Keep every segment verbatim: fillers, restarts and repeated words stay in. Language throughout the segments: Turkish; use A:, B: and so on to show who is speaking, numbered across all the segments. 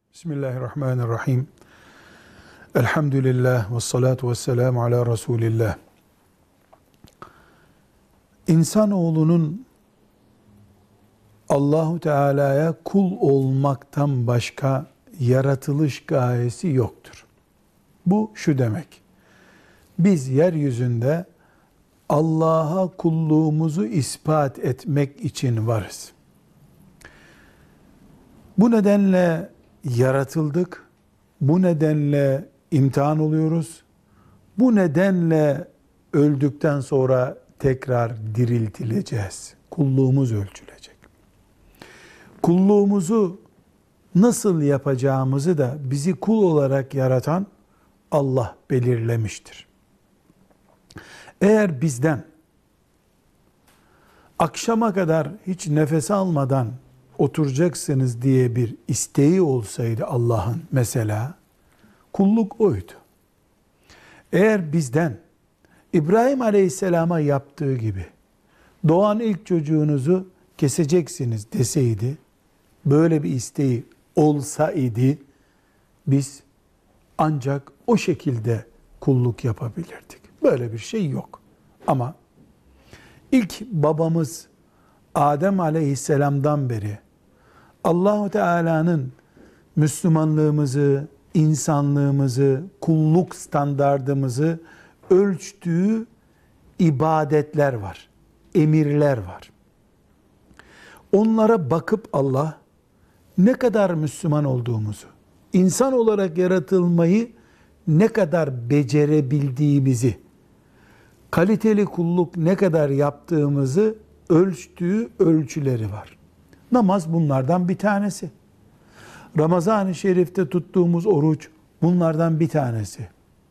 A: Bismillahirrahmanirrahim. Elhamdülillah ve salatu ve selamu ala Resulillah. İnsanoğlunun Allahu Teala'ya kul olmaktan başka yaratılış gayesi yoktur. Bu şu demek: biz yeryüzünde Allah'a kulluğumuzu ispat etmek için varız. Bu nedenle yaratıldık. Bu nedenle imtihan oluyoruz. Bu nedenle öldükten sonra tekrar diriltileceğiz. Kulluğumuz ölçülecek. Kulluğumuzu nasıl yapacağımızı da bizi kul olarak yaratan Allah belirlemiştir. Eğer bizden akşama kadar hiç nefes almadan oturacaksınız diye bir isteği olsaydı Allah'ın, mesela kulluk oydu. Eğer bizden İbrahim Aleyhisselam'a yaptığı gibi doğan ilk çocuğunuzu keseceksiniz deseydi, böyle bir isteği olsaydı, biz ancak o şekilde kulluk yapabilirdik. Böyle bir şey yok. Ama ilk babamız Adem Aleyhisselam'dan beri Allah-u Teala'nın Müslümanlığımızı, insanlığımızı, kulluk standardımızı ölçtüğü ibadetler var, emirler var. Onlara bakıp Allah ne kadar Müslüman olduğumuzu, insan olarak yaratılmayı ne kadar becerebildiğimizi, kaliteli kulluk ne kadar yaptığımızı ölçtüğü ölçüleri var. Namaz bunlardan bir tanesi. Ramazan-ı Şerif'te tuttuğumuz oruç bunlardan bir tanesi.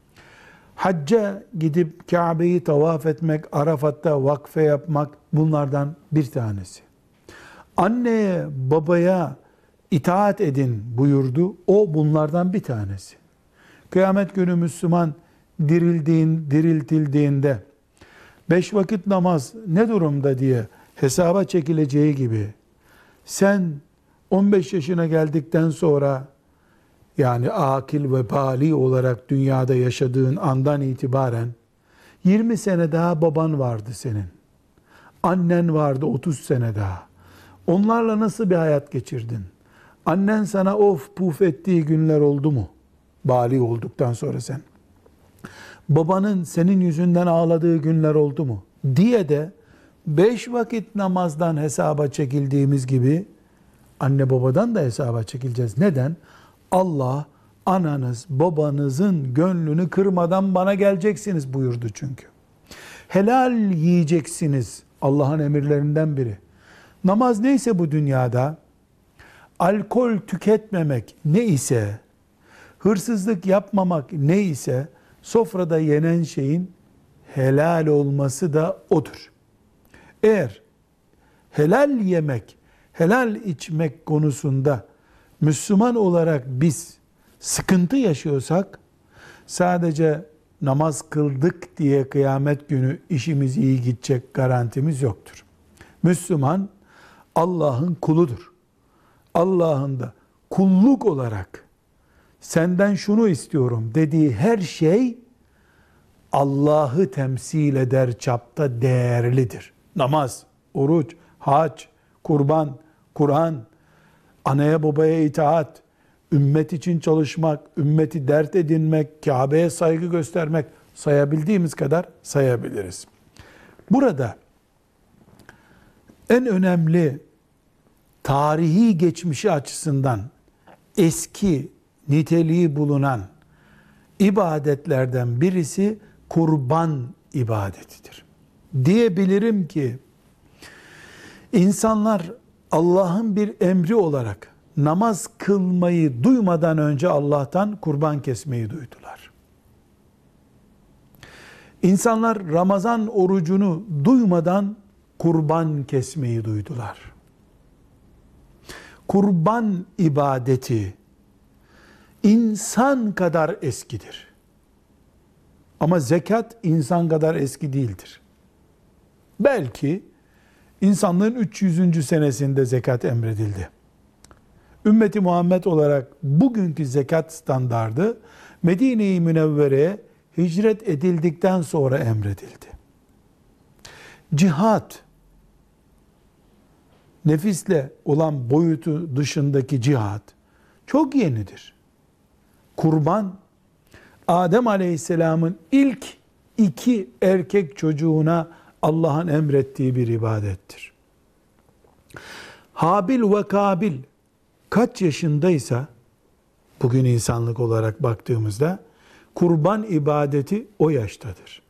A: Hacca gidip Kabe'yi tavaf etmek, Arafat'ta vakfe yapmak bunlardan bir tanesi. Anneye, babaya itaat edin buyurdu. O bunlardan bir tanesi. Kıyamet günü Müslüman dirildiğin, diriltildiğinde beş vakit namaz ne durumda diye hesaba çekileceği gibi, sen on beş yaşına geldikten sonra, yani akil ve bali olarak dünyada yaşadığın andan itibaren yirmi sene daha baban vardı senin. Annen vardı otuz sene daha. Onlarla nasıl bir hayat geçirdin? Annen sana of puf ettiği günler oldu mu? Bali olduktan sonra sen. Babanın senin yüzünden ağladığı günler oldu mu? Diye de beş vakit namazdan hesaba çekildiğimiz gibi anne babadan da hesaba çekileceğiz. Neden? Allah ananız babanızın gönlünü kırmadan bana geleceksiniz buyurdu çünkü. Helal yiyeceksiniz, Allah'ın emirlerinden biri. Namaz neyse bu dünyada, alkol tüketmemek ne ise, hırsızlık yapmamak ne ise, sofrada yenen şeyin helal olması da odur. Eğer helal yemek, helal içmek konusunda Müslüman olarak biz sıkıntı yaşıyorsak, sadece namaz kıldık diye kıyamet günü işimiz iyi gidecek garantimiz yoktur. Müslüman Allah'ın kuludur. Allah'ın da kulluk olarak senden şunu istiyorum dediği her şey Allah'ı temsil eder çapta değerlidir. Namaz, oruç, hac, kurban, Kur'an, anaya babaya itaat, ümmet için çalışmak, ümmeti dert edinmek, Kabe'ye saygı göstermek, sayabildiğimiz kadar sayabiliriz. Burada en önemli tarihi geçmişi açısından eski niteliği bulunan ibadetlerden birisi kurban ibadetidir. Diyebilirim ki insanlar Allah'ın bir emri olarak namaz kılmayı duymadan önce Allah'tan kurban kesmeyi duydular. İnsanlar Ramazan orucunu duymadan kurban kesmeyi duydular. Kurban ibadeti insan kadar eskidir. Ama zekat insan kadar eski değildir. Belki insanlığın üç yüzüncü senesinde zekat emredildi. Ümmeti Muhammed olarak bugünkü zekat standardı Medine-i Münevvere'ye hicret edildikten sonra emredildi. Cihat, nefisle olan boyutu dışındaki cihat çok yenidir. Kurban, Adem Aleyhisselam'ın ilk iki erkek çocuğuna Allah'ın emrettiği bir ibadettir. Habil ve Kabil kaç yaşındaysa, bugün insanlık olarak baktığımızda, kurban ibadeti o yaştadır.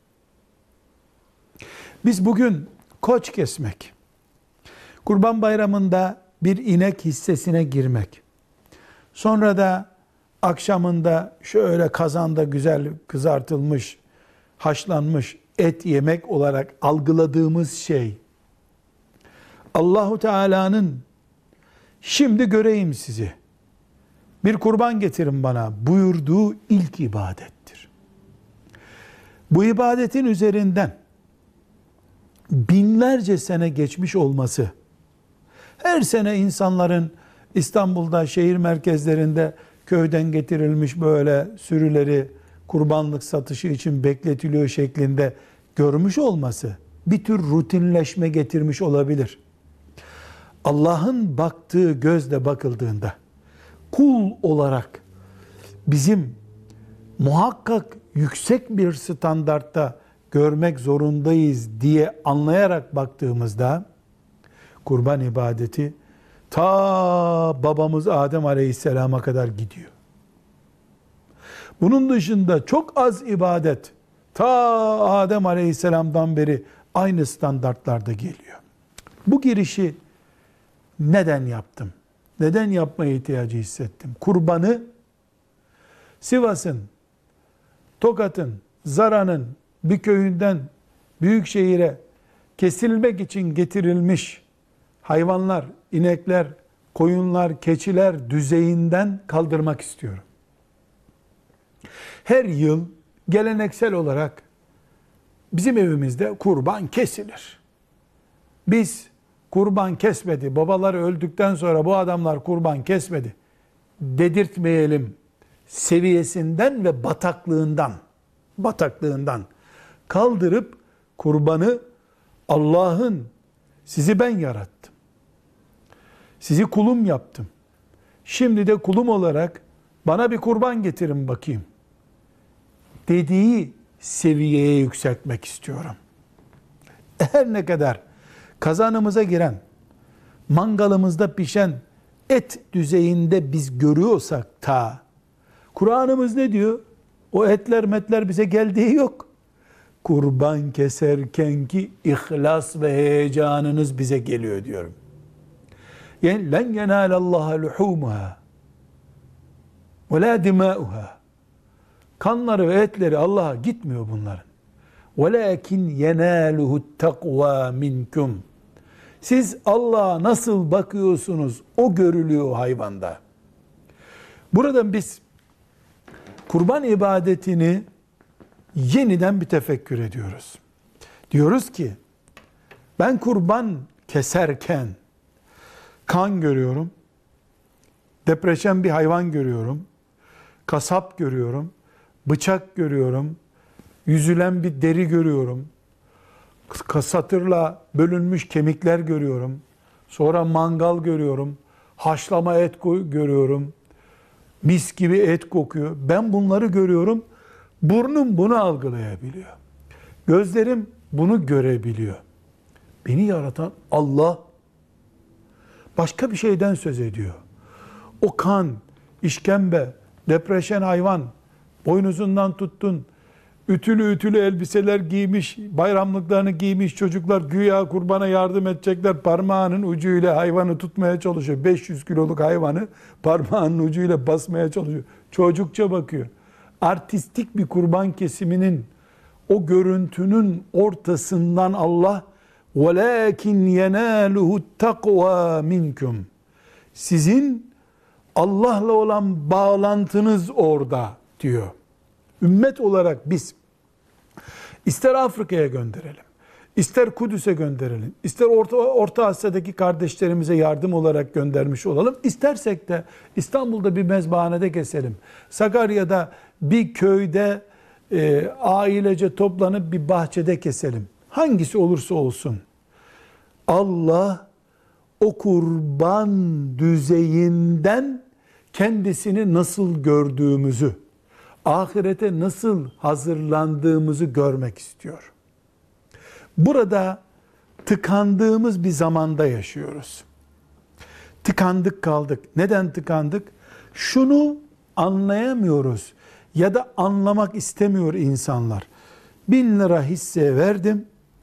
A: Biz bugün koç kesmek, Kurban Bayramı'nda bir inek hissesine girmek, sonra da akşamında şöyle kazanda güzel kızartılmış, haşlanmış et yemek olarak algıladığımız şey, Allahu Teala'nın şimdi göreyim sizi, bir kurban getirin bana buyurduğu ilk ibadettir. Bu ibadetin üzerinden binlerce sene geçmiş olması, her sene insanların İstanbul'da, şehir merkezlerinde köyden getirilmiş böyle sürüleri kurbanlık satışı için bekletiliyor şeklinde görmüş olması bir tür rutinleşme getirmiş olabilir. Allah'ın baktığı gözle bakıldığında kul olarak bizim muhakkak yüksek bir standartta görmek zorundayız diye anlayarak baktığımızda kurban ibadeti ta babamız Adem Aleyhisselam'a kadar gidiyor. Bunun dışında çok az ibadet ta Adem Aleyhisselam'dan beri aynı standartlarda geliyor. Bu girişi neden yaptım? Neden yapmaya ihtiyacı hissettim? Kurbanı Sivas'ın, Tokat'ın, Zara'nın bir köyünden büyük şehire kesilmek için getirilmiş hayvanlar, inekler, koyunlar, keçiler düzeyinden kaldırmak istiyorum. Her yıl geleneksel olarak bizim evimizde kurban kesilir. Biz kurban kesmedi, babaları öldükten sonra bu adamlar kurban kesmedi dedirtmeyelim seviyesinden ve bataklığından, bataklığından kaldırıp kurbanı Allah'ın sizi ben yarattım, sizi kulum yaptım, şimdi de kulum olarak bana bir kurban getirin bakayım dediği seviyeye yükseltmek istiyorum. Her ne kadar kazanımıza giren, mangalımızda pişen et düzeyinde biz görüyorsak ta, Kur'an'ımız ne diyor? O etler metler bize geldiği yok. Kurban keserken ki ihlas ve heyecanınız bize geliyor diyorum. Yani len yenalallaha luhumuha ve la dimauha. Kanları ve etleri Allah'a gitmiyor bunların. Velakin yenaluhu takva minkum. Siz Allah'a nasıl bakıyorsunuz? O görülüyor hayvanda. Buradan biz kurban ibadetini yeniden bir tefekkür ediyoruz. Diyoruz ki ben kurban keserken kan görüyorum, depreşen bir hayvan görüyorum, kasap görüyorum, bıçak görüyorum, yüzülen bir deri görüyorum, satırla bölünmüş kemikler görüyorum, sonra mangal görüyorum, haşlama et görüyorum, mis gibi et kokuyor. Ben bunları görüyorum, burnum bunu algılayabiliyor. Gözlerim bunu görebiliyor. Beni yaratan Allah başka bir şeyden söz ediyor. O kan, işkembe, depreşen hayvan, boynuzundan tuttun, ütülü ütülü elbiseler giymiş, bayramlıklarını giymiş çocuklar güya kurbana yardım edecekler. Parmağının ucuyla hayvanı tutmaya çalışıyor. beş yüz kiloluk hayvanı parmağının ucuyla basmaya çalışıyor. Çocukça bakıyor. Artistik bir kurban kesiminin o görüntünün ortasından Allah وَلَاكِنْ يَنَالُهُ التَّقْوَى مِنْكُمْ. Sizin Allah'la olan bağlantınız orada diyor. Ümmet olarak biz ister Afrika'ya gönderelim, İster Kudüs'e gönderelim, ister Orta, Orta Asya'daki kardeşlerimize yardım olarak göndermiş olalım. İstersek de İstanbul'da bir mezbahanede keselim. Sakarya'da bir köyde e, ailece toplanıp bir bahçede keselim. Hangisi olursa olsun. Allah o kurban düzeyinden kendisini nasıl gördüğümüzü, ahirete nasıl hazırlandığımızı görmek istiyor. Burada tıkandığımız bir zamanda yaşıyoruz. Tıkandık kaldık. Neden tıkandık? Şunu anlayamıyoruz ya da anlamak istemiyor insanlar. Bin lira hisse verdim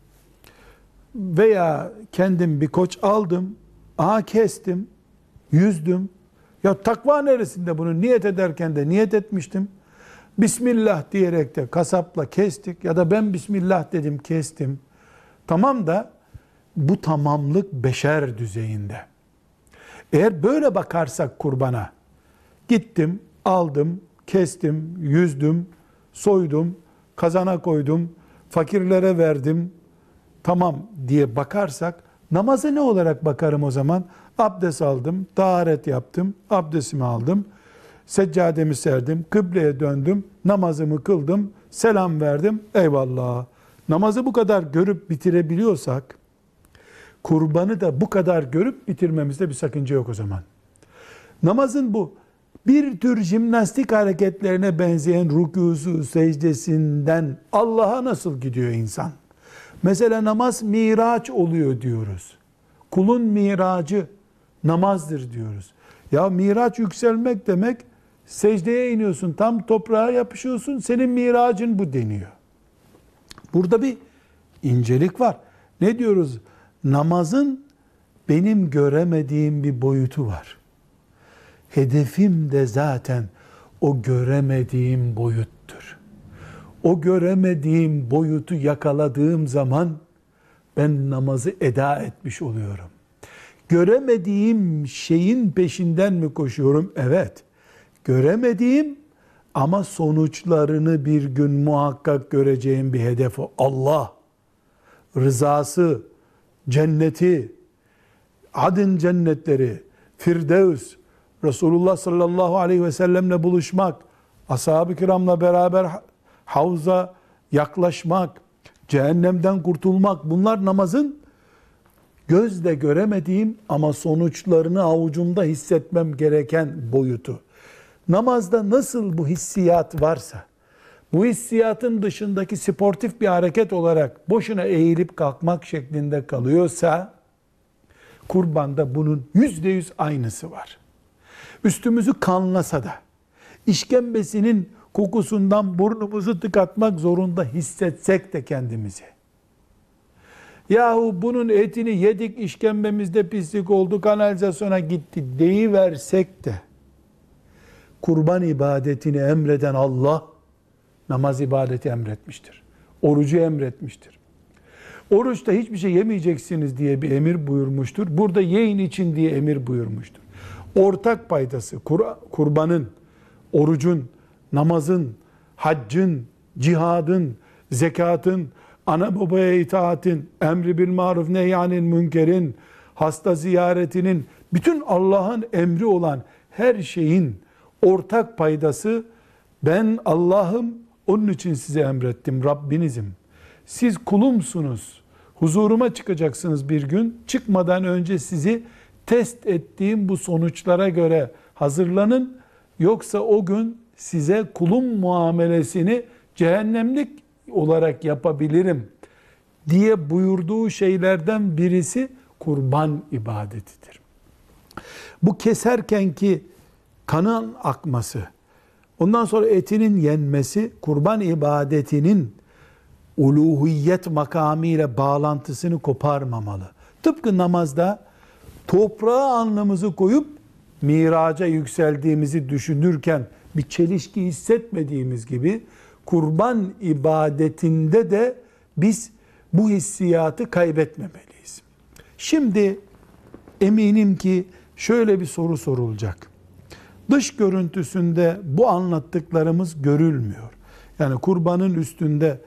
A: veya kendim bir koç aldım, aha kestim, yüzdüm. Ya takva neresinde bunu? Niyet ederken de niyet etmiştim. Bismillah diyerek de kasapla kestik ya da ben Bismillah dedim kestim. Tamam da bu tamamlık beşer düzeyinde. Eğer böyle bakarsak kurbana, gittim, aldım, kestim, yüzdüm, soydum, kazana koydum, fakirlere verdim, tamam diye bakarsak, namaza ne olarak bakarım o zaman? Abdest aldım, taharet yaptım, abdestimi aldım, seccademi serdim, kıbleye döndüm, namazımı kıldım, selam verdim, eyvallah. Namazı bu kadar görüp bitirebiliyorsak, kurbanı da bu kadar görüp bitirmemizde bir sakınca yok o zaman. Namazın bu bir tür jimnastik hareketlerine benzeyen rükûsu, secdesinden Allah'a nasıl gidiyor insan? Mesela namaz miraç oluyor diyoruz. Kulun miracı namazdır diyoruz. Ya miraç yükselmek demek, secdeye iniyorsun, tam toprağa yapışıyorsun, senin miracın bu deniyor. Burada bir incelik var. Ne diyoruz? Namazın benim göremediğim bir boyutu var. Hedefim de zaten o göremediğim boyuttur. O göremediğim boyutu yakaladığım zaman ben namazı eda etmiş oluyorum. Göremediğim şeyin peşinden mi koşuyorum? Evet. Göremediğim ama sonuçlarını bir gün muhakkak göreceğim bir hedef o. Allah, rızası, cenneti, adın cennetleri, Firdevs, Resulullah sallallahu aleyhi ve sellemle buluşmak, ashab-ı kiramla beraber havza yaklaşmak, cehennemden kurtulmak, bunlar namazın gözle göremediğim ama sonuçlarını avucumda hissetmem gereken boyutu. Namazda nasıl bu hissiyat varsa, bu hissiyatın dışındaki sportif bir hareket olarak boşuna eğilip kalkmak şeklinde kalıyorsa, kurbanda bunun yüzde yüz aynısı var. Üstümüzü kanlasa da, işkembesinin kokusundan burnumuzu tıkatmak zorunda hissetsek de kendimizi, yahu bunun etini yedik, işkembemizde pislik oldu, kanalizasyona gitti deyiversek de, kurban ibadetini emreden Allah, namaz ibadeti emretmiştir. Orucu emretmiştir. Oruçta hiçbir şey yemeyeceksiniz diye bir emir buyurmuştur. Burada yiyin için diye emir buyurmuştur. Ortak paydası, kur, kurbanın, orucun, namazın, haccın, cihadın, zekatın, ana babaya itaatin, emri bil maruf nehyanil münkerin, hasta ziyaretinin, bütün Allah'ın emri olan her şeyin ortak paydası, ben Allah'ım, onun için size emrettim, Rabbinizim. Siz kulumsunuz, huzuruma çıkacaksınız bir gün, çıkmadan önce sizi test ettiğim bu sonuçlara göre hazırlanın, yoksa o gün size kulum muamelesini cehennemlik olarak yapabilirim diye buyurduğu şeylerden birisi kurban ibadetidir. Bu keserken ki kanın akması, ondan sonra etinin yenmesi, kurban ibadetinin uluhiyet makamı ile bağlantısını koparmamalı. Tıpkı namazda toprağa alnımızı koyup miraca yükseldiğimizi düşünürken bir çelişki hissetmediğimiz gibi, kurban ibadetinde de biz bu hissiyatı kaybetmemeliyiz. Şimdi eminim ki şöyle bir soru sorulacak. Dış görüntüsünde bu anlattıklarımız görülmüyor. Yani kurbanın üstünde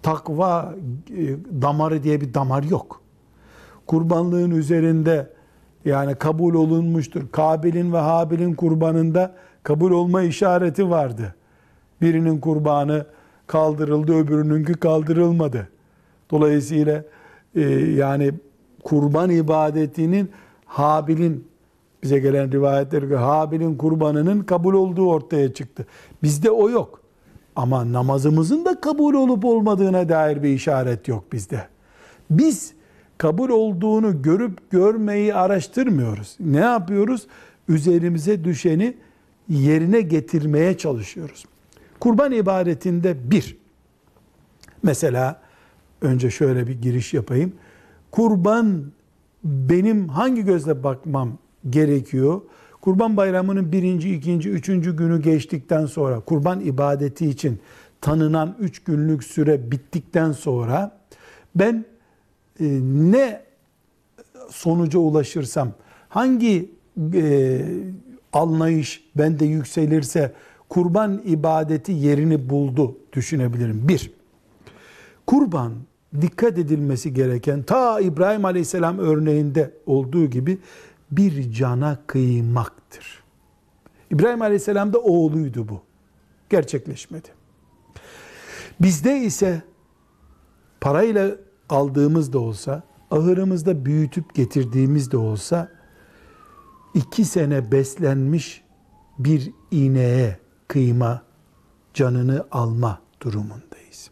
A: takva e, damarı diye bir damar yok. Kurbanlığın üzerinde yani kabul olunmuştur. Kabil'in ve Habil'in kurbanında kabul olma işareti vardı. Birinin kurbanı kaldırıldı, öbürününki kaldırılmadı. Dolayısıyla e, yani kurban ibadetinin Habil'in, bize gelen rivayetler göre Habil'in kurbanının kabul olduğu ortaya çıktı. Bizde o yok. Ama namazımızın da kabul olup olmadığına dair bir işaret yok bizde. Biz kabul olduğunu görüp görmeyi araştırmıyoruz. Ne yapıyoruz? Üzerimize düşeni yerine getirmeye çalışıyoruz. Kurban ibadetinde bir, mesela önce şöyle bir giriş yapayım. Kurban benim hangi gözle bakmam gerekiyor? Kurban Bayramı'nın birinci, ikinci, üçüncü günü geçtikten sonra, kurban ibadeti için tanınan üç günlük süre bittikten sonra ben e, ne sonuca ulaşırsam, hangi e, anlayış bende yükselirse kurban ibadeti yerini buldu düşünebilirim. Bir, kurban dikkat edilmesi gereken, ta İbrahim Aleyhisselam örneğinde olduğu gibi bir cana kıymaktır. İbrahim Aleyhisselam'da oğluydu bu. Gerçekleşmedi. Bizde ise parayla aldığımız da olsa, ahırımızda büyütüp getirdiğimiz de olsa, iki sene beslenmiş bir ineğe kıyma, canını alma durumundayız.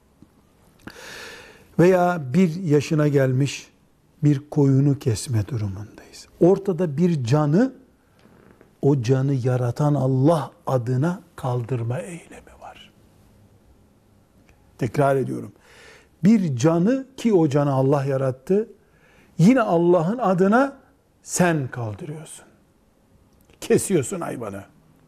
A: Veya bir yaşına gelmiş bir koyunu kesme durumundayız. Ortada bir canı, o canı yaratan Allah adına kaldırma eylemi var. Tekrar ediyorum. Bir canı, ki o canı Allah yarattı, yine Allah'ın adına sen kaldırıyorsun. Kesiyorsun hayvanı.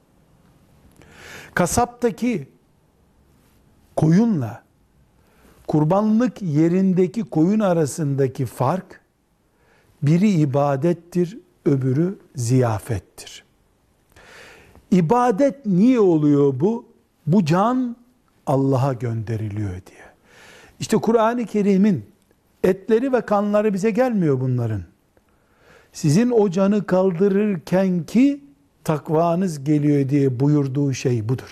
A: Kasaptaki koyunla kurbanlık yerindeki koyun arasındaki fark, biri ibadettir, öbürü ziyafettir. İbadet niye oluyor bu? Bu can Allah'a gönderiliyor diye. İşte Kur'an-ı Kerim'in etleri ve kanları bize gelmiyor bunların. Sizin o canı kaldırırken ki takvanız geliyor diye buyurduğu şey budur.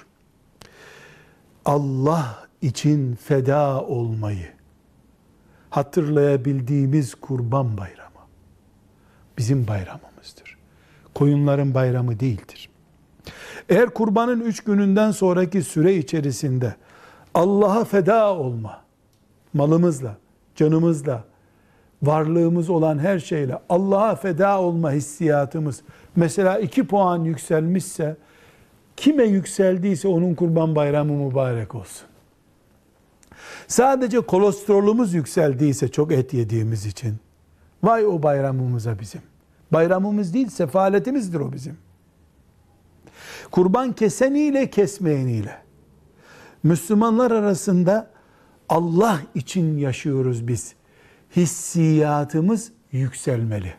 A: Allah için feda olmayı hatırlayabildiğimiz Kurban Bayramı bizim bayramımızdır. Koyunların bayramı değildir. Eğer kurbanın üç gününden sonraki süre içerisinde Allah'a feda olma, malımızla, canımızla, varlığımız olan her şeyle Allah'a feda olma hissiyatımız mesela iki puan yükselmişse, kime yükseldiyse onun Kurban Bayramı mübarek olsun. Sadece kolesterolümüz yükseldiyse çok et yediğimiz için, vay o bayramımıza bizim. Bayramımız değil, sefaletimizdir o bizim. Kurban keseniyle kesmeyeniyle Müslümanlar arasında Allah için yaşıyoruz biz. Hissiyatımız yükselmeli.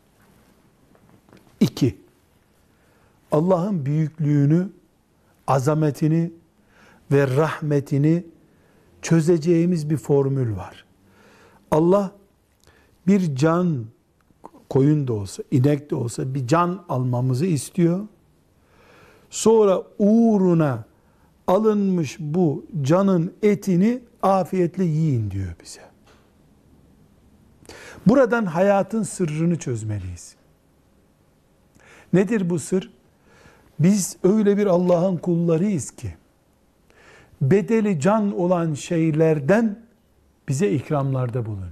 A: İki, Allah'ın büyüklüğünü, azametini ve rahmetini çözeceğimiz bir formül var. Allah bir can, koyun da olsa, inek de olsa bir can almamızı istiyor. Sonra uğruna alınmış bu canın etini afiyetle yiyin diyor bize. Buradan hayatın sırrını çözmeliyiz. Nedir bu sır? Biz öyle bir Allah'ın kullarıyız ki, bedeli can olan şeylerden bize ikramlarda bulunuyor.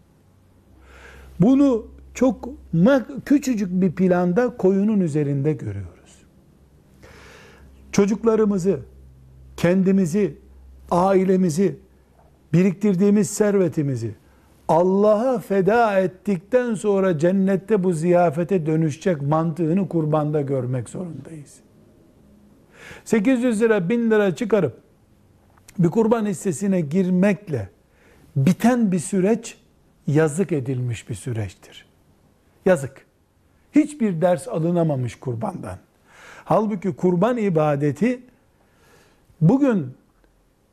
A: Bunu çok küçücük bir planda koyunun üzerinde görüyoruz. Çocuklarımızı, kendimizi, ailemizi, biriktirdiğimiz servetimizi Allah'a feda ettikten sonra cennette bu ziyafete dönüşecek mantığını kurbanda görmek zorundayız. sekiz yüz lira, bin lira çıkarıp bir kurban hissesine girmekle biten bir süreç yazık edilmiş bir süreçtir. Yazık. Hiçbir ders alınamamış kurbandan. Halbuki kurban ibadeti bugün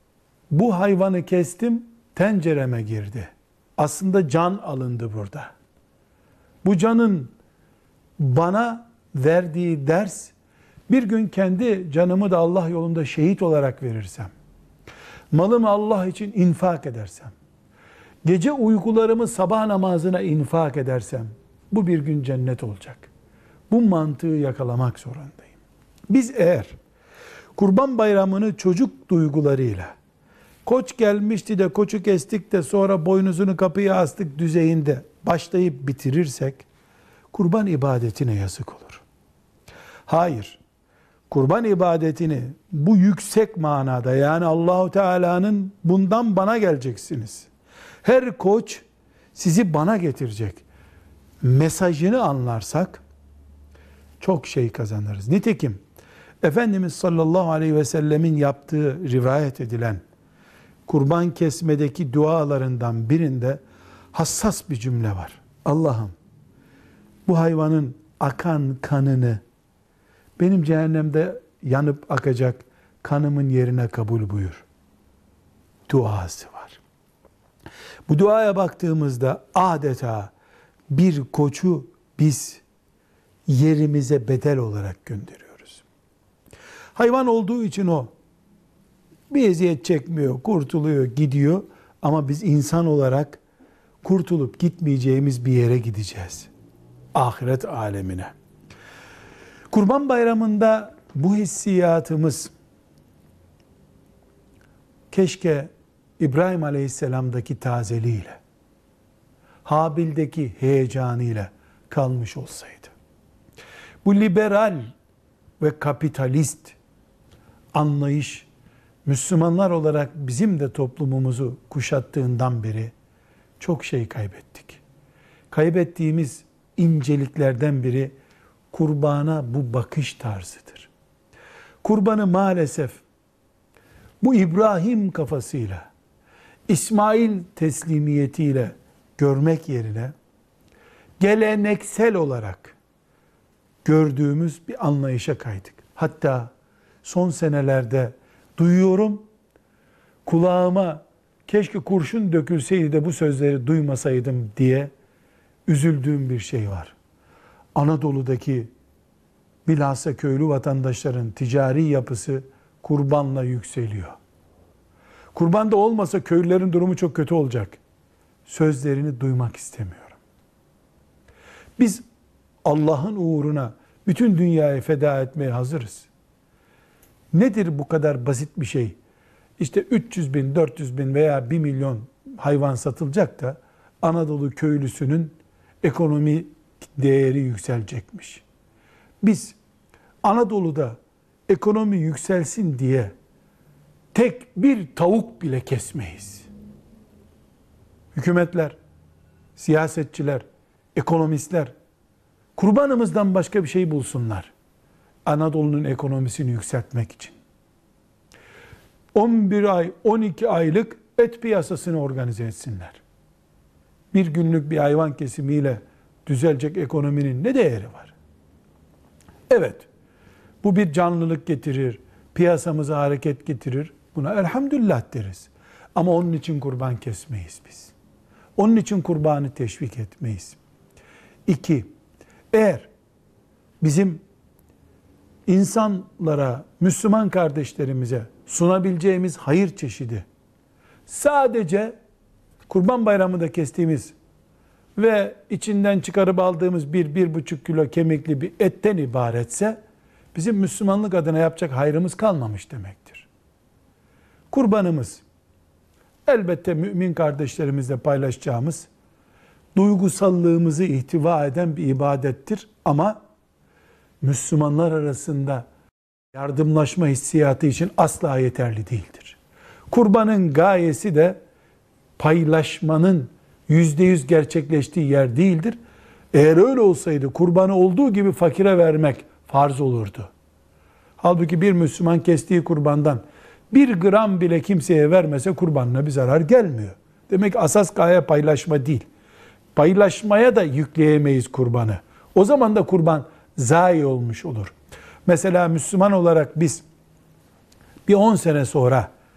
A: Bu hayvanı kestim, tencereme girdi. Aslında can alındı burada. Bu canın bana verdiği ders, bir gün kendi canımı da Allah yolunda şehit olarak verirsem, malımı Allah için infak edersem, gece uykularımı sabah namazına infak edersem, bu bir gün cennet olacak. Bu mantığı yakalamak zorundayım. Biz eğer Kurban Bayramı'nı çocuk duygularıyla, koç gelmişti de koçu kestik de sonra boynuzunu kapıya astık düzeyinde başlayıp bitirirsek, kurban ibadetine yazık olur. Hayır, kurban ibadetini bu yüksek manada, yani Allahu Teala'nın bundan bana geleceksiniz, her koç sizi bana getirecek mesajını anlarsak çok şey kazanırız. Nitekim Efendimiz sallallahu aleyhi ve sellemin yaptığı rivayet edilen kurban kesmedeki dualarından birinde hassas bir cümle var. Allah'ım, bu hayvanın akan kanını benim cehennemde yanıp akacak kanımın yerine kabul buyur duası var. Bu duaya baktığımızda adeta bir koçu biz yerimize bedel olarak gönderiyoruz. Hayvan olduğu için o bir eziyet çekmiyor, kurtuluyor, gidiyor. Ama biz insan olarak kurtulup gitmeyeceğimiz bir yere gideceğiz. Ahiret alemine. Kurban Bayramı'nda bu hissiyatımız keşke İbrahim Aleyhisselam'daki tazeliğiyle, Habil'deki heyecanıyla kalmış olsaydı. Bu liberal ve kapitalist anlayış Müslümanlar olarak bizim de toplumumuzu kuşattığından beri çok şey kaybettik. Kaybettiğimiz inceliklerden biri kurbana bu bakış tarzıdır. Kurbanı maalesef bu İbrahim kafasıyla, İsmail teslimiyetiyle görmek yerine geleneksel olarak gördüğümüz bir anlayışa kaydık. Hatta son senelerde duyuyorum, kulağıma keşke kurşun dökülseydi de bu sözleri duymasaydım diye üzüldüğüm bir şey var. Anadolu'daki bilhassa köylü vatandaşların ticari yapısı kurbanla yükseliyor. Kurban da olmasa köylülerin durumu çok kötü olacak sözlerini duymak istemiyorum. Biz Allah'ın uğruna bütün dünyayı feda etmeye hazırız. Nedir bu kadar basit bir şey? İşte üç yüz bin, dört yüz bin veya bir milyon hayvan satılacak da Anadolu köylüsünün ekonomi değeri yükselecekmiş. Biz Anadolu'da ekonomi yükselsin diye tek bir tavuk bile kesmeyiz. Hükümetler, siyasetçiler, ekonomistler kurbanımızdan başka bir şey bulsunlar. Anadolu'nun ekonomisini yükseltmek için. on bir ay, on iki aylık et piyasasını organize etsinler. Bir günlük bir hayvan kesimiyle düzelecek ekonominin ne değeri var? Evet, bu bir canlılık getirir, piyasamıza hareket getirir. Buna elhamdülillah deriz. Ama onun için kurban kesmeyiz biz. Onun için kurbanı teşvik etmeyiz. İki, eğer bizim insanlara, Müslüman kardeşlerimize sunabileceğimiz hayır çeşidi sadece Kurban Bayramı'nda kestiğimiz ve içinden çıkarıp aldığımız bir, bir buçuk kilo kemikli bir etten ibaretse bizim Müslümanlık adına yapacak hayrımız kalmamış demektir. Kurbanımız elbette mümin kardeşlerimizle paylaşacağımız duygusallığımızı ihtiva eden bir ibadettir ama Müslümanlar arasında yardımlaşma hissiyatı için asla yeterli değildir. Kurbanın gayesi de paylaşmanın yüzde yüz gerçekleştiği yer değildir. Eğer öyle olsaydı kurbanı olduğu gibi fakire vermek farz olurdu. Halbuki bir Müslüman kestiği kurbandan bir gram bile kimseye vermese kurbanına bir zarar gelmiyor. Demek ki asas gaye paylaşma değil. Paylaşmaya da yükleyemeyiz kurbanı. O zaman da kurban zayi olmuş olur. Mesela Müslüman olarak biz bir on sene sonra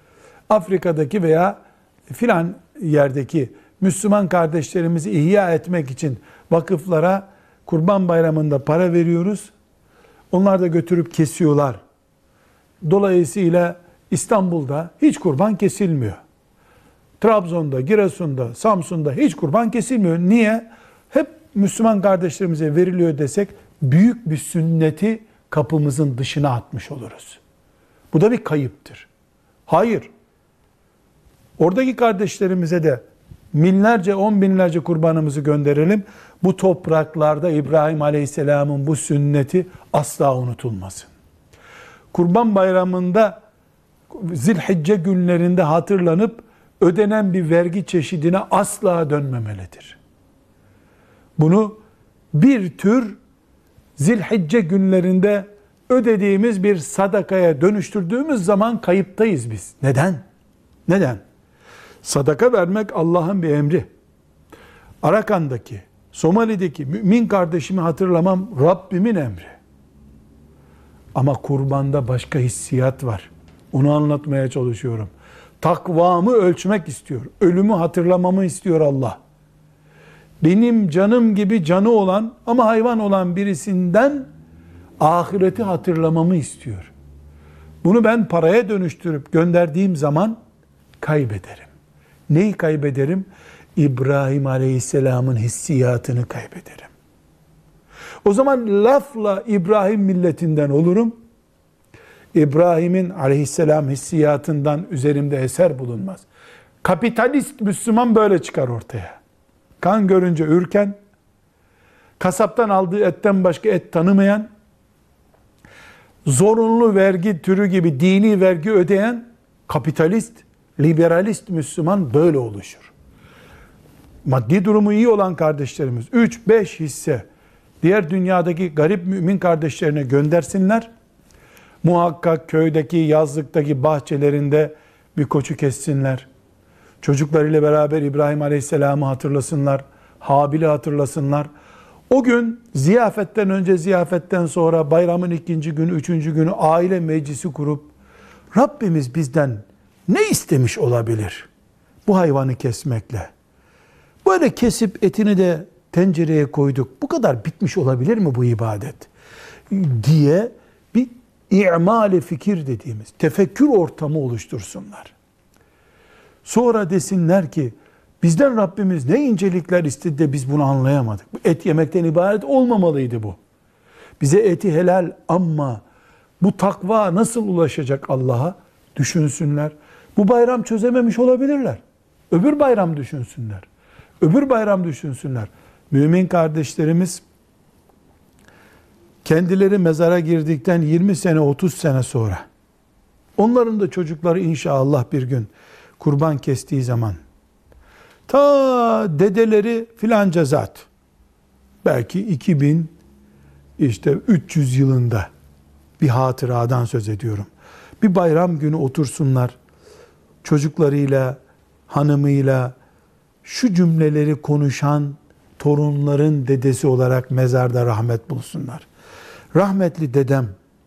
A: Afrika'daki veya filan yerdeki Müslüman kardeşlerimizi ihya etmek için vakıflara Kurban Bayramı'nda para veriyoruz. Onlar da götürüp kesiyorlar. Dolayısıyla İstanbul'da hiç kurban kesilmiyor. Trabzon'da, Giresun'da, Samsun'da hiç kurban kesilmiyor. Niye? Hep Müslüman kardeşlerimize veriliyor desek büyük bir sünneti kapımızın dışına atmış oluruz. Bu da bir kayıptır. Hayır. Oradaki kardeşlerimize de binlerce, on binlerce kurbanımızı gönderelim. Bu topraklarda İbrahim Aleyhisselam'ın bu sünneti asla unutulmasın. Kurban Bayramı'nda Zilhicce günlerinde hatırlanıp ödenen bir vergi çeşidine asla dönmemelidir. Bunu bir tür Zilhicce günlerinde ödediğimiz bir sadakaya dönüştürdüğümüz zaman kayıptayız biz. Neden? Neden? Sadaka vermek Allah'ın bir emri. Arakan'daki, Somali'deki mümin kardeşimi hatırlamam Rabbimin emri. Ama kurbanda başka hissiyat var. Onu anlatmaya çalışıyorum. Takvamı ölçmek istiyor. Ölümü hatırlamamı istiyor Allah. Benim canım gibi canı olan ama hayvan olan birisinden ahireti hatırlamamı istiyor. Bunu ben paraya dönüştürüp gönderdiğim zaman kaybederim. Neyi kaybederim? İbrahim Aleyhisselam'ın hissiyatını kaybederim. O zaman lafla İbrahim milletinden olurum. İbrahim'in Aleyhisselam hissiyatından üzerimde eser bulunmaz. Kapitalist Müslüman böyle çıkar ortaya. Kan görünce ürken, kasaptan aldığı etten başka et tanımayan, zorunlu vergi türü gibi dini vergi ödeyen kapitalist, liberalist Müslüman böyle oluşur. Maddi durumu iyi olan kardeşlerimiz üç beş hisse diğer dünyadaki garip mümin kardeşlerine göndersinler. Muhakkak köydeki, yazlıktaki bahçelerinde bir koçu kessinler. Çocuklarıyla beraber İbrahim Aleyhisselam'ı hatırlasınlar. Habil'i hatırlasınlar. O gün ziyafetten önce, ziyafetten sonra, bayramın ikinci günü, üçüncü günü aile meclisi kurup Rabbimiz bizden ne istemiş olabilir bu hayvanı kesmekle? Böyle kesip etini de tencereye koyduk. Bu kadar bitmiş olabilir mi bu ibadet? Diye bir i'mal-i fikir dediğimiz tefekkür ortamı oluştursunlar. Sonra desinler ki bizden Rabbimiz ne incelikler istedi de biz bunu anlayamadık. Et yemekten ibaret olmamalıydı bu. Bize eti helal ama bu takva nasıl ulaşacak Allah'a düşünsünler. Bu bayram çözememiş olabilirler. Öbür bayram düşünsünler. Öbür bayram düşünsünler. Mümin kardeşlerimiz kendileri mezara girdikten yirmi sene otuz sene sonra onların da çocukları inşallah bir gün kurban kestiği zaman ta dedeleri filanca zat belki iki bin işte üç yüz yılında bir hatıradan söz ediyorum. Bir bayram günü otursunlar çocuklarıyla, hanımıyla şu cümleleri konuşan torunların dedesi olarak mezarda rahmet bulsunlar. Rahmetli dedem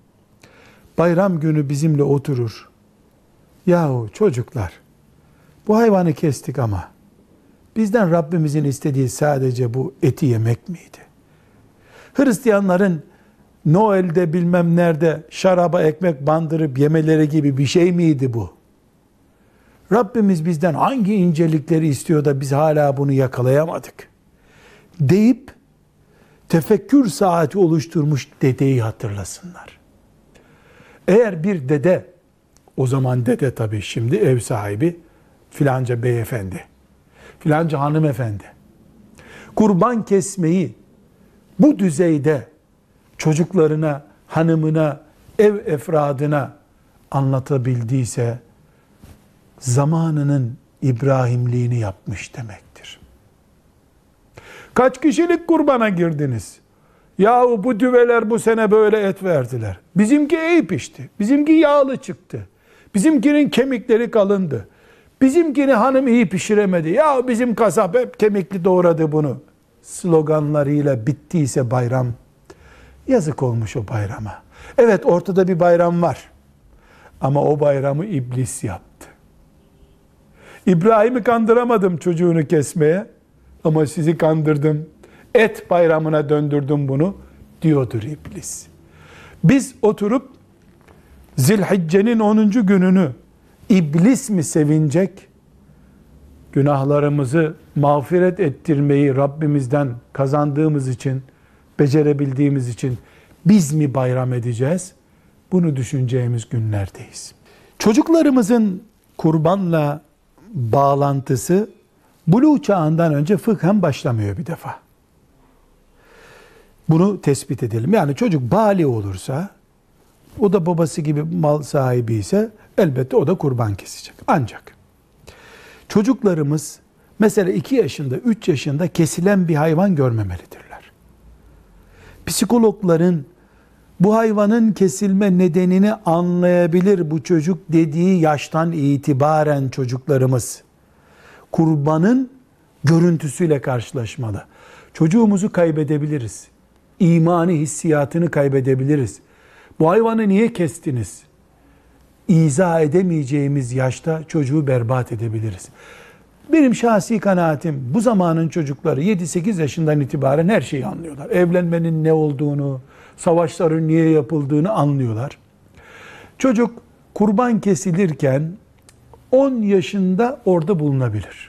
A: bayram günü bizimle oturur. Yahu çocuklar, bu hayvanı kestik ama bizden Rabbimizin istediği sadece bu eti yemek miydi? Hristiyanların Noel'de bilmem nerede şaraba ekmek bandırıp yemeleri gibi bir şey miydi bu? Rabbimiz bizden hangi incelikleri istiyor da biz hala bunu yakalayamadık? Deyip tefekkür saati oluşturmuş dedeyi hatırlasınlar. Eğer bir dede, o zaman dede tabii şimdi ev sahibi, filanca beyefendi, filanca hanımefendi, kurban kesmeyi bu düzeyde çocuklarına, hanımına, ev efradına anlatabildiyse, zamanının İbrahimliğini yapmış demektir. Kaç kişilik kurbana girdiniz? Yahu bu düveler bu sene böyle et verdiler. Bizimki iyi pişti. Bizimki yağlı çıktı. Bizimkinin kemikleri kalındı. Bizimkini hanım iyi pişiremedi. Ya bizim kasap hep kemikli doğradı bunu. Sloganlarıyla bittiyse bayram, yazık olmuş o bayrama. Evet ortada bir bayram var. Ama o bayramı iblis yaptı. İbrahim'i kandıramadım çocuğunu kesmeye ama sizi kandırdım. Et bayramına döndürdüm bunu diyordur iblis. Biz oturup Zilhicce'nin onuncu gününü iblis mi sevinecek? Günahlarımızı mağfiret ettirmeyi Rabbimizden kazandığımız için, becerebildiğimiz için biz mi bayram edeceğiz? Bunu düşüneceğimiz günlerdeyiz. Çocuklarımızın kurbanla bağlantısı buluğ çağından önce fıkhen başlamıyor bir defa. Bunu tespit edelim. Yani çocuk bali olursa, o da babası gibi mal sahibi ise elbette o da kurban kesecek. Ancak çocuklarımız mesela iki yaşında, üç yaşında kesilen bir hayvan görmemelidirler. Psikologların bu hayvanın kesilme nedenini anlayabilir bu çocuk dediği yaştan itibaren çocuklarımız kurbanın görüntüsüyle karşılaşmalı. Çocuğumuzu kaybedebiliriz. İmani hissiyatını kaybedebiliriz. Bu hayvanı niye kestiniz? İzah edemeyeceğimiz yaşta çocuğu berbat edebiliriz. Benim şahsi kanaatim, bu zamanın çocukları yedi sekiz yaşından itibaren her şeyi anlıyorlar. Evlenmenin ne olduğunu, savaşların niye yapıldığını anlıyorlar. Çocuk kurban kesilirken on yaşında orada bulunabilir.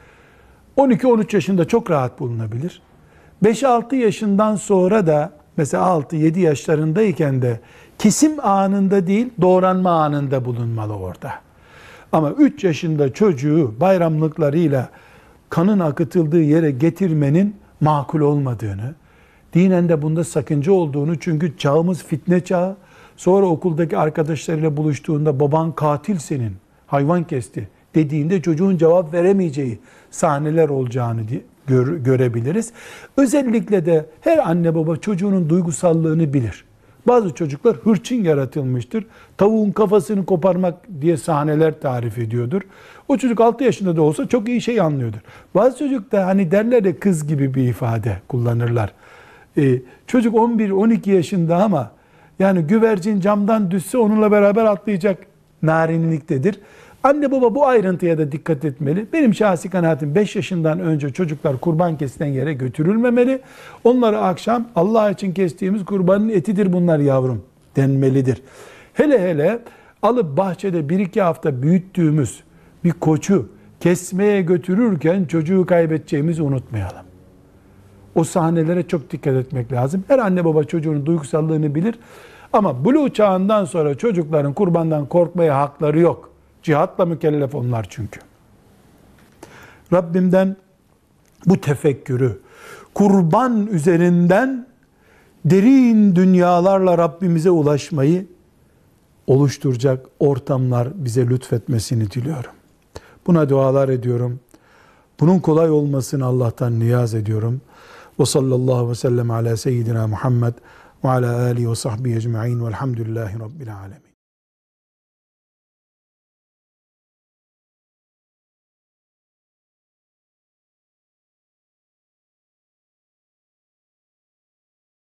A: on iki on üç yaşında çok rahat bulunabilir. beş altı yaşından sonra da mesela altı yedi yaşlarındayken de kesim anında değil doğranma anında bulunmalı orada. Ama üç yaşında çocuğu bayramlıklarıyla kanın akıtıldığı yere getirmenin makul olmadığını, dinen de bunda sakınca olduğunu, çünkü çağımız fitne çağı. Sonra okuldaki arkadaşlarıyla buluştuğunda baban katil senin, hayvan kesti dediğinde çocuğun cevap veremeyeceği sahneler olacağını gör, görebiliriz. Özellikle de her anne baba çocuğunun duygusallığını bilir. Bazı çocuklar hırçın yaratılmıştır. Tavuğun kafasını koparmak diye sahneler tarif ediyordur. O çocuk altı yaşında da olsa çok iyi şey anlıyordur. Bazı çocuk da hani derler ya kız gibi bir ifade kullanırlar. Ee, çocuk on bir on iki yaşında ama yani güvercin camdan düşse onunla beraber atlayacak narinliktedir. Anne baba bu ayrıntıya da dikkat etmeli. Benim şahsi kanaatim beş yaşından önce çocuklar kurban kesilen yere götürülmemeli. Onlara akşam Allah için kestiğimiz kurbanın etidir bunlar yavrum denmelidir. Hele hele alıp bahçede bir iki hafta büyüttüğümüz bir koçu kesmeye götürürken çocuğu kaybedeceğimizi unutmayalım. O sahnelere çok dikkat etmek lazım. Her anne baba çocuğunun duygusallığını bilir. Ama buluğ çağından sonra çocukların kurbandan korkmaya hakları yok. Cihatla mükellef onlar çünkü. Rabbimden bu tefekkürü, kurban üzerinden derin dünyalarla Rabbimize ulaşmayı oluşturacak ortamlar bize lütfetmesini diliyorum. Buna dualar ediyorum. Bunun kolay olmasını Allah'tan niyaz ediyorum. Ve sallallahu ve sellem ala seyyidina Muhammed ve ala alihi ve sahbihi ecma'in velhamdülillahi rabbil alemin.